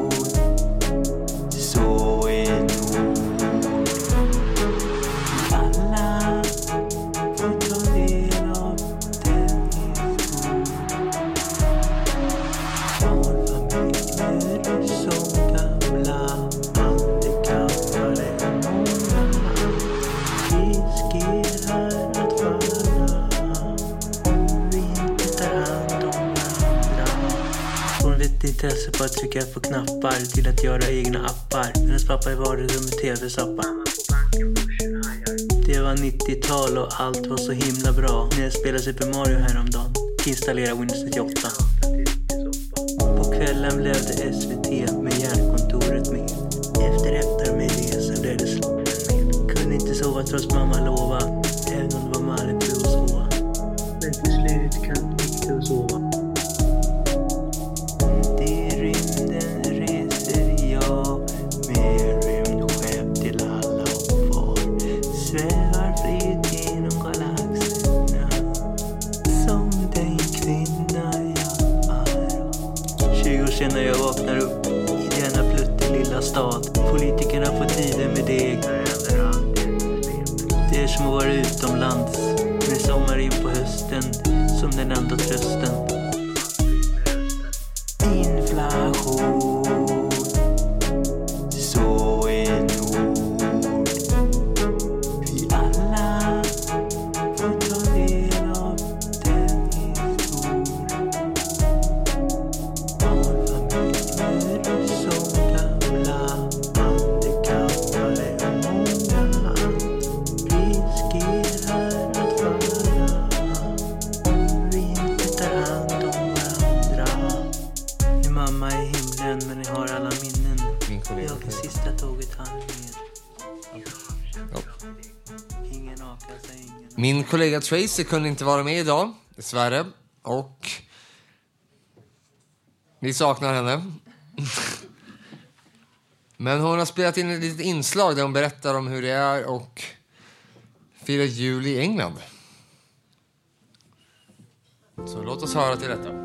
N: Så är nog alla får ta del av den historien. Barnfamiljer som gamla, handikappade och många riskerar att falla om vi inte tar hand om varandra. Från ett intresse på att trycka på knappar till att göra egna appar. Medan pappa i vardagsrummet tv-sappar. Det var nittiotal och allt var så himla bra. När jag spelade Super Mario häromdagen. Installera Windows nittioåtta. kvällen blev det S V T med Hjärnkontoret med. Efter eftermiddagen så blev det slagen med. Kunde inte sova trots mamma lova, även om det var Malibu och sova. Men till slut kan inte att sova. I rymden reser jag med rymdskepp till alla och var. Svävar fritt genom galaxerna som den kvinna jag är. tjugo år senare jag vaknar upp i denna pluttig lilla stad. Politikerna får tider med deg. Det är som att vara utomlands med sommar in på hösten som den enda trösten. Inflation, så en ord. Vi alla får ta del av den historien. Barnfamiljer som gamla, handikappade och många riskerar att falla om vi inte tar hand om varandra. Min mamma är i himlen men jag har alla minnen. Jag är sista tåget han med. Ingen a-kassa, ingen.
B: Min kollega Tracy kunde inte vara med idag, dessvärre. Och vi saknar henne. Men hon har spelat in ett litet inslag där hon berättar om hur det är och fira jul i England. Så låt oss höra till detta.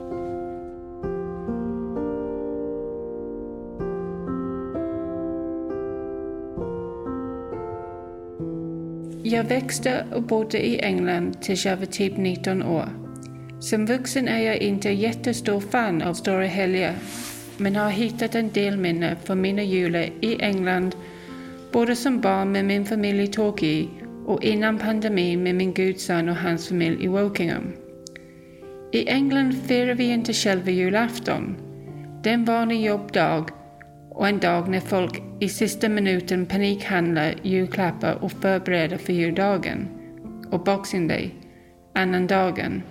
O: Jag växte och bodde i England tills jag var typ nitton år. Som vuxen är jag inte jättestor fan av stora helger, men har hittat en del minnen från mina jular i England, både som barn med min familj i Torquay och innan pandemin med min gudson och hans familj i Wokingham. I England firar vi inte själva julafton. Det är en vanlig jobbdag och en dag när folk i sista minuten panikhandlar julklappar och förbereder för juldagen och Boxing Day, annan dagen.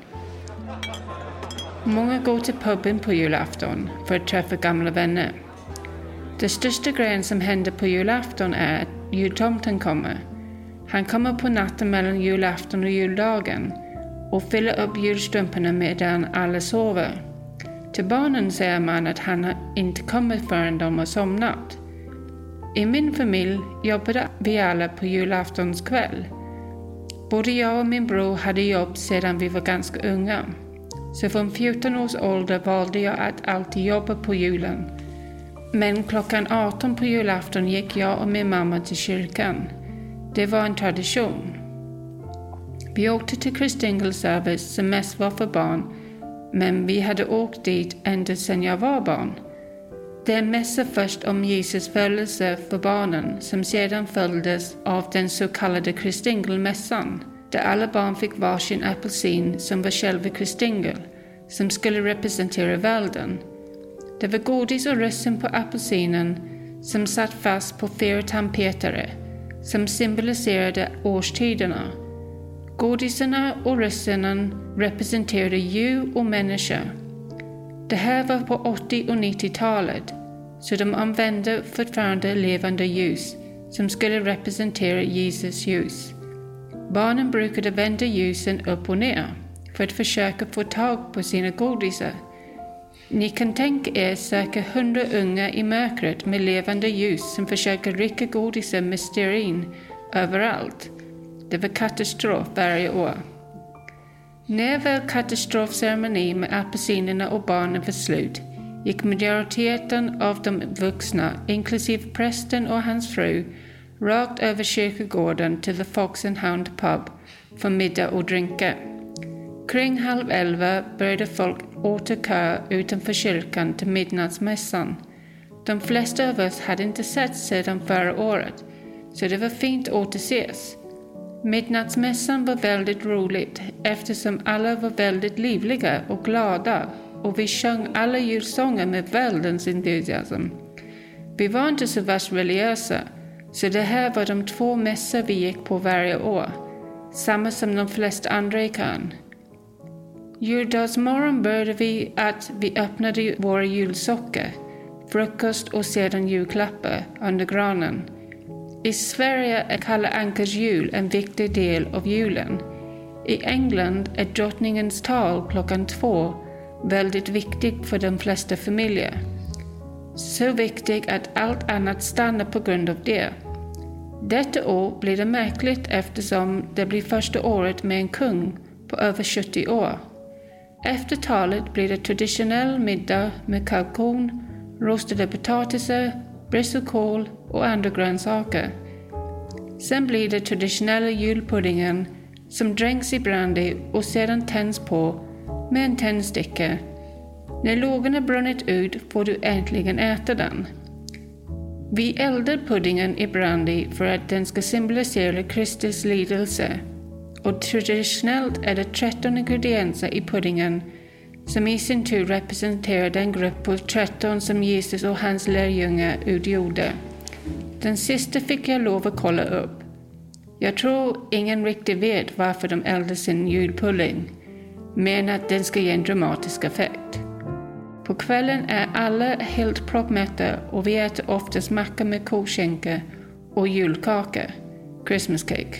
O: Många går till puben på julafton för att träffa gamla vänner. Det största grejen som händer på julafton är att jultomten kommer. Han kommer på natten mellan julafton och juldagen och fyller upp julstrumporna medan alla sover. Till barnen säger man att han inte kommer förrän de har somnat. I min familj jobbade vi alla på julaftons kväll. Både jag och min bror hade jobb sedan vi var ganska unga. Så från fjorton års ålder valde jag att alltid jobba på julen. Men klockan arton på julafton gick jag och min mamma till kyrkan. Det var en tradition. Vi åkte till Christingle service som mest var för barn, men vi hade åkt dit ända sedan jag var barn. Det är mässa först om Jesus födelse för barnen som sedan följdes av den så kallade Christingle-mässan, där alla barn fick varsin apelsin som var själva Christingle, som skulle representera världen. Det var godis och rössen på apelsinen som satt fast på fyra tandpetare, som symboliserade årstiderna. Godisarna och rösserna representerade djur och människor. Det här var på åttio- och nittiotalet, så de använde fortfarande levande ljus som skulle representera Jesus ljus. Barnen brukade vända ljusen upp och ner för att försöka få tag på sina godisar. Ni kan tänka er cirka hundra unga i mörkret med levande ljus som försöker rycka godisar med stearin överallt. Det var katastrof varje år. När väl katastrofceremonin med apelsinerna och barnen var slut gick majoriteten av de vuxna, inklusive prästen och hans fru, rakt över kyrkogården till The Fox and Hound pub för middag och drinkar. Kring halv elva började folk återköra utanför kyrkan till midnattsmässan. De flesta av oss hade inte sett sedan förra året, så det var fint att återses. Midnattsmässan var väldigt roligt eftersom alla var väldigt livliga och glada och vi sjöng alla julsånger med väldens entusiasm. Vi var inte så värst religiösa, så det här var de två mässor vi gick på varje år, samma som de flesta andra i kön. Juldagsmorgon började vi att vi öppnade våra julsocker, frukost och sedan julklappar under granen. I Sverige är Kalle Ankers jul en viktig del av julen. I England är drottningens tal klockan två väldigt viktigt för de flesta familjer. Så viktigt att allt annat stannar på grund av det. Detta år blir det märkligt eftersom det blir första året med en kung på över sjuttio år. Efter talet blir det traditionell middag med kalkon, rostade potatisar, bristolkål och andra grönsaker. Sen blir det traditionella julpuddingen som dränks i brandy och sedan tänds på med en tändsticka. När lågorna brunnit ut får du äntligen äta den. Vi eldar puddingen i brandy för att den ska symbolisera Kristus lidelse. Och traditionellt är det tretton ingredienser i puddingen som i sin tur representerar den grupp på tretton som Jesus och hans lärjungar utgjorde. Den sista fick jag lov att kolla upp. Jag tror ingen riktigt vet varför de eldar sin julpudding, men att den ska ge en dramatisk effekt. På kvällen är alla helt proppmätta och vi äter oftast macka med kokskänka och julkaka, Christmas cake.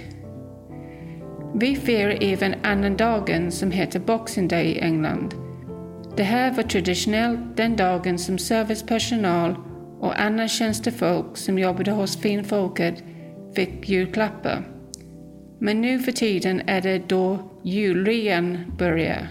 O: Vi firar även annandagen som heter Boxing Day i England. Det här var traditionellt den dagen som servicepersonal och andra tjänstefolk som jobbade hos finfolket fick julklappar. Men nu för tiden är det då julrean börjar.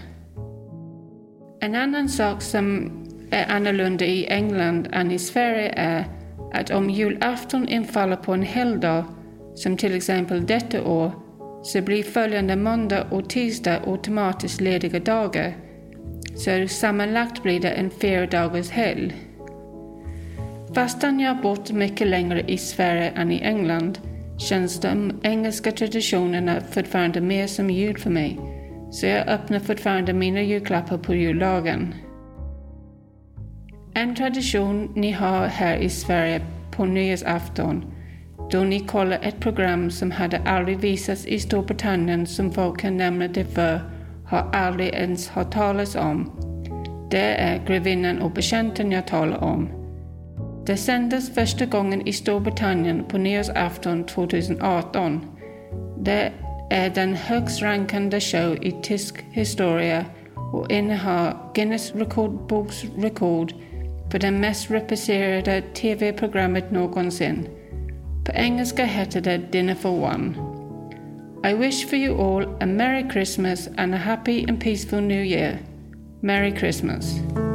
O: En annan sak som är annorlunda i England än i Sverige är att om julafton infaller på en helgdag, som till exempel detta år, så blir följande måndag och tisdag automatiskt lediga dagar. Så sammanlagt blir det en fyra dagars helg. Fastän jag har bott mycket längre i Sverige än i England känns de engelska traditionerna fortfarande mer som jul för mig. Så jag öppnar fortfarande mina julklappar på juldagen. En tradition ni har här i Sverige på nyårsafton, då ni kollar ett program som hade aldrig visats i Storbritannien som folk kan nämna det för, har aldrig ens hört talas om. Det är Grevinnan och betjänten jag talar om. Det sändes första gången i Storbritannien på nyårsafton tjugoarton. Det är den högst rankande show i tysk historia och innehar Guinness rekordboks rekord för det mest represserade tv-programmet någonsin. På engelska heter det Dinner for One. I wish for you all a Merry Christmas and a happy and peaceful New Year. Merry Christmas.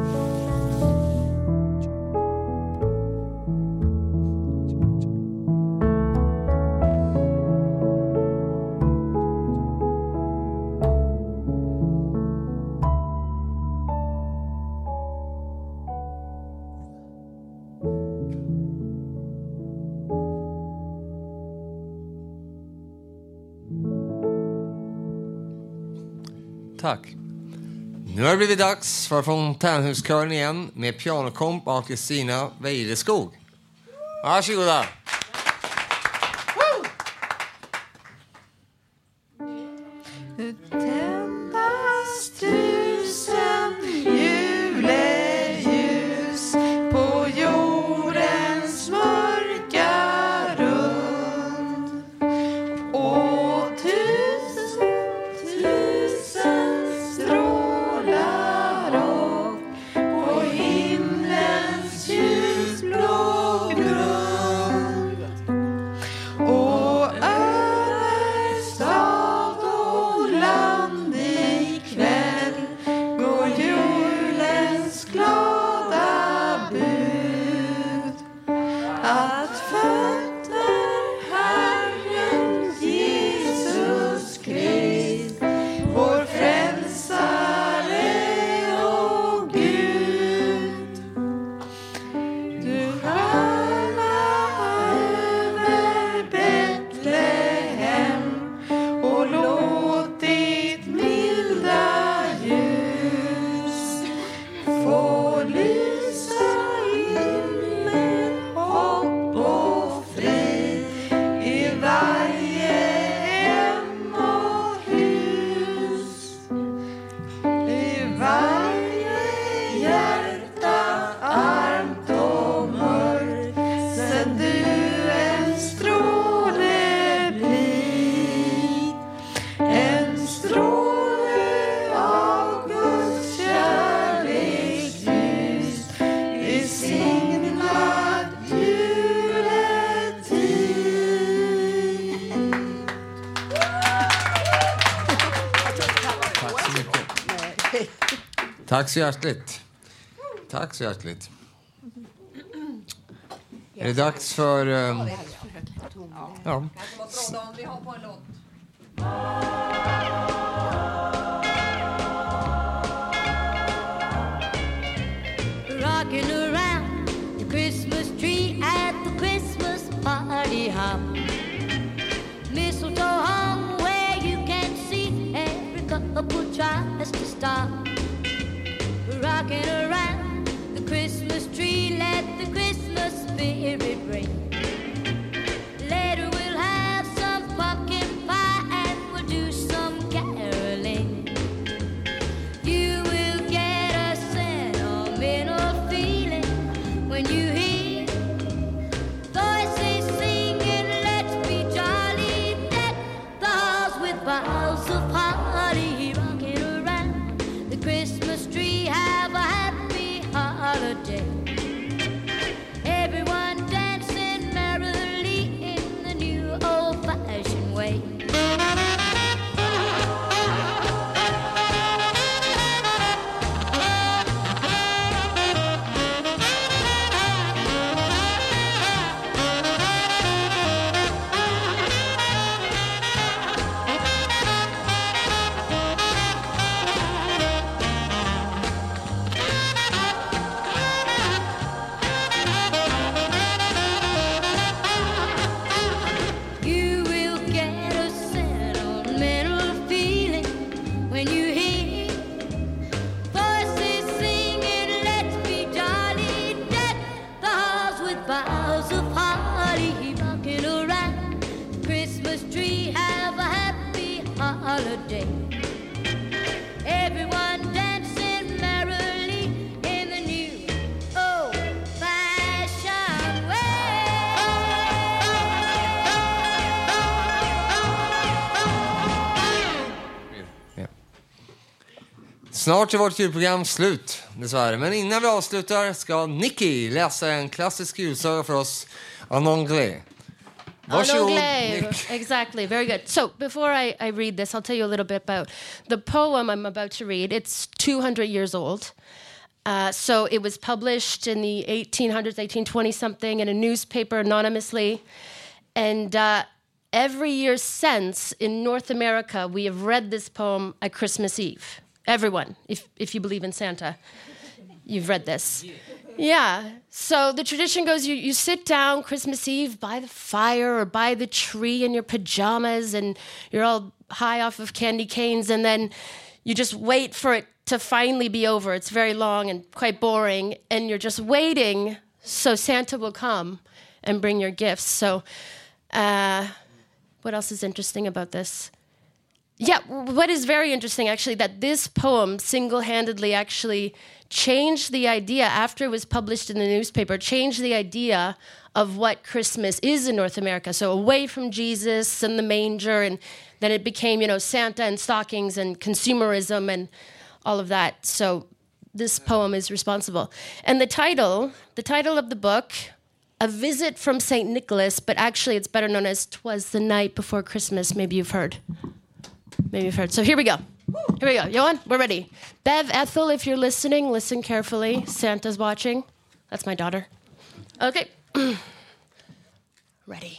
B: Tack. Nu har det blivit dags för Fontänhuskören igen med pianokomp av Kristina Weideskog. Varsågoda.
K: Tändas tusen juleljus på jordens mörka rund. Och tusen, tusen strålar upp på himlens ljusblå grund. Och över stad och land
B: Tack så hjärtligt. Tack så hjärtligt. Är det dags för... Um... Ja.
P: Rocking around the Christmas tree at the Christmas party hop. Mistletoe hung where you can see every couple tries to stop. Rocking around the Christmas tree, let the Christmas spirit ring. Later we'll have some pumpkin pie and we'll do some caroling. You will get a sentimental feeling when you hear voices singing, let's be jolly, deck the halls with boughs of holly. Rocking around the Christmas tree, have a happy holiday. Everyone dancing merrily in the new old-fashioned way. You will get a sentimental feeling when you hear voices singing, let's be jolly, deck the halls with boughs of holly. Rocking around the Christmas tree, have a happy holiday. Everyone dancing merrily in the new old-fashioned
B: Ja. Snart är vårt julprogram slut, dessvärre. Men innan vi avslutar ska Nicky läsa en klassisk julsaga för oss en anglais. Varsågod,
Q: En anglais.
B: Nick.
Q: Exactly. Very good. So before I, I read this, I'll tell you a little bit about the poem I'm about to read. It's two hundred years old. Uh, so it was published in the eighteen hundreds, eighteen twenty something, in a newspaper anonymously. And uh, every year since in North America, we have read this poem at Christmas Eve. Everyone, if, if you believe in Santa, you've read this. Yeah. So the tradition goes, you, you sit down Christmas Eve by the fire or by the tree in your pajamas and you're all high off of candy canes, and then you just wait for it to finally be over. It's very long and quite boring, and you're just waiting so Santa will come and bring your gifts. So uh, what else is interesting about this? Yeah, what is very interesting, actually, that this poem single-handedly actually changed the idea, after it was published in the newspaper, changed the idea of what Christmas is in North America. So away from Jesus and the manger, and then it became, you know, Santa and stockings and consumerism and all of that. So this poem is responsible. And the title, the title of the book, A Visit from Saint Nicholas, but actually it's better known as 'Twas the Night Before Christmas. Maybe you've heard. Maybe you've heard. So here we go. Here we go. Johan, we're ready. Bev, Ethel, if you're listening, listen carefully. Santa's watching. That's my daughter. Okay. Ready.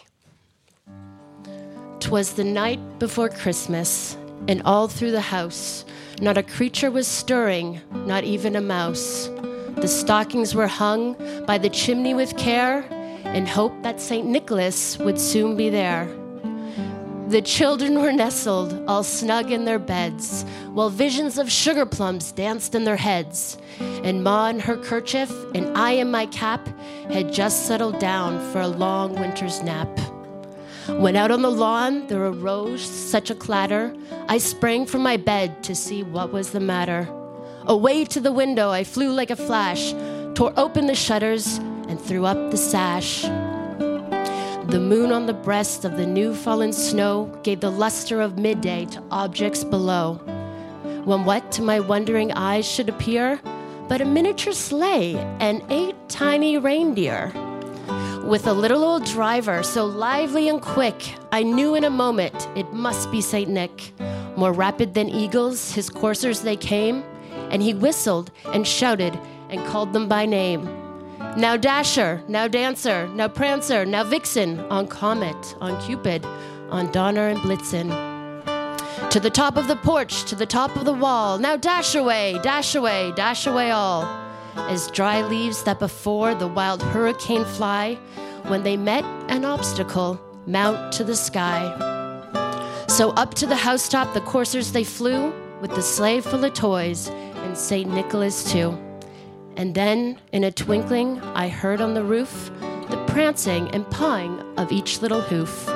Q: 'Twas the night before Christmas, and all through the house, not a creature was stirring, not even a mouse. The stockings were hung by the chimney with care, in hope that Saint Nicholas would soon be there. The children were nestled, all snug in their beds, while visions of sugar plums danced in their heads. And Ma in her kerchief, and I in my cap, had just settled down for a long winter's nap. When out on the lawn there arose such a clatter, I sprang from my bed to see what was the matter. Away to the window I flew like a flash, tore open the shutters, and threw up the sash. The moon on the breast of the new-fallen snow gave the luster of midday to objects below, when what to my wondering eyes should appear but a miniature sleigh and eight tiny reindeer. With a little old driver so lively and quick, I knew in a moment it must be Saint Nick. More rapid than eagles, his coursers they came, and he whistled and shouted and called them by name. Now Dasher, now Dancer, now Prancer, now Vixen, on Comet, on Cupid, on Donner and Blitzen. To the top of the porch, to the top of the wall, now dash away, dash away, dash away all, as dry leaves that before the wild hurricane fly, when they met an obstacle, mount to the sky. So up to the housetop the coursers they flew, with the sleigh full of toys, and Saint Nicholas too. And then, in a twinkling, I heard on the roof the prancing and pawing of each little hoof.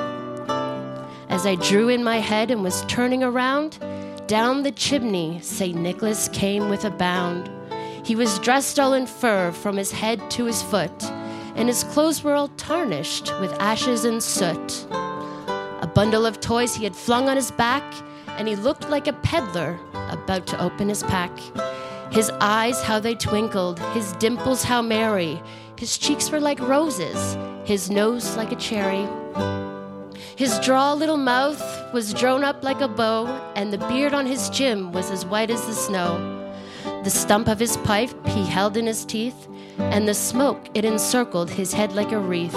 Q: As I drew in my head and was turning around, down the chimney Saint Nicholas came with a bound. He was dressed all in fur from his head to his foot, and his clothes were all tarnished with ashes and soot. A bundle of toys he had flung on his back, and he looked like a peddler about to open his pack. His eyes, how they twinkled, his dimples, how merry. His cheeks were like roses, his nose like a cherry. His droll little mouth was drawn up like a bow, and the beard on his chin was as white as the snow. The stump of his pipe he held in his teeth, and the smoke, it encircled his head like a wreath.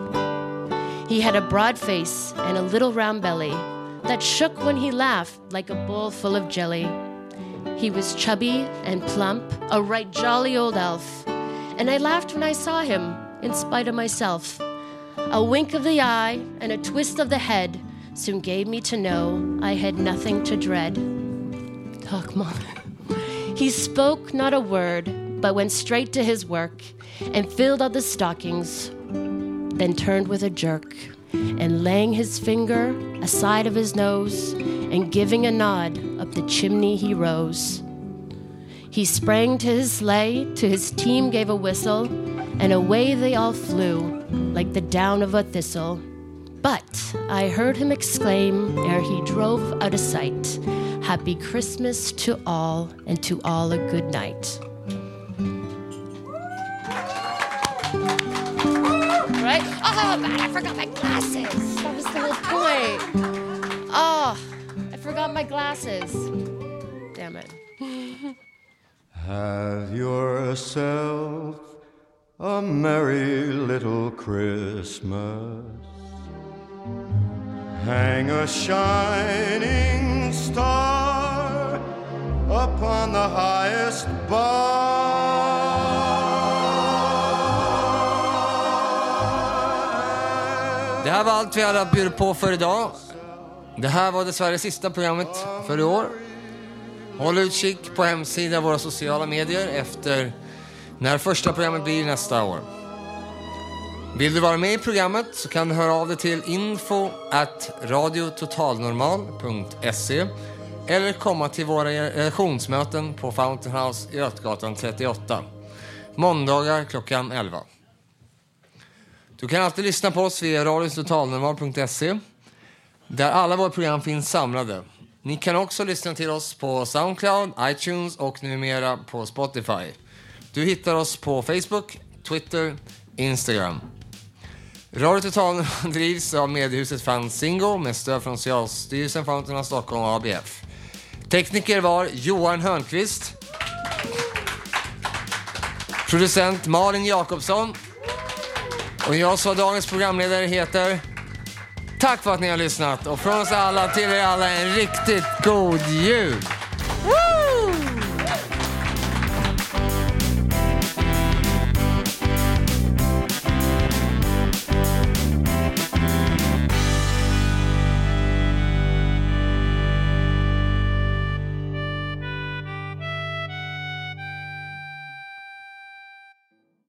Q: He had a broad face and a little round belly that shook when he laughed like a bowl full of jelly. He was chubby and plump, a right jolly old elf, and I laughed when I saw him, in spite of myself. A wink of the eye and a twist of the head soon gave me to know I had nothing to dread. Talk, Mom. He spoke not a word, but went straight to his work and filled out the stockings, then turned with a jerk, and laying his finger aside of his nose and giving a nod up the chimney he rose. He sprang to his sleigh, to his team gave a whistle, and away they all flew like the down of a thistle. But I heard him exclaim ere he drove out of sight, Happy Christmas to all, and to all a good night. Right? Oh, man, I forgot my glasses. That was the whole point. Oh, I forgot my glasses. Damn it.
R: Have yourself a merry little Christmas. Hang a shining star upon the highest bar.
B: Det här var allt vi hade att bjuda på för idag. Det här var dessvärre sista programmet för i år. Håll utkik på hemsidan och våra sociala medier efter när första programmet blir nästa år. Vill du vara med i programmet så kan du höra av dig till info at radiototalnormal punkt se eller komma till våra redaktionsmöten på Fountain House i Götgatan trettioåtta. Måndagar klockan elva. Du kan alltid lyssna på oss via radiototalnormal punkt se där alla våra program finns samlade. Ni kan också lyssna till oss på SoundCloud, iTunes och numera på Spotify. Du hittar oss på Facebook, Twitter, Instagram. Radio Total drivs av mediehuset Fanzingo med stöd från Socialstyrelsen, Fountain of Stockholm och A B F. Tekniker var Johan Hörnqvist. Producent Malin Jakobsson. Och jag som dagens programledare heter... Tack för att ni har lyssnat och från oss alla till er alla en riktigt god jul.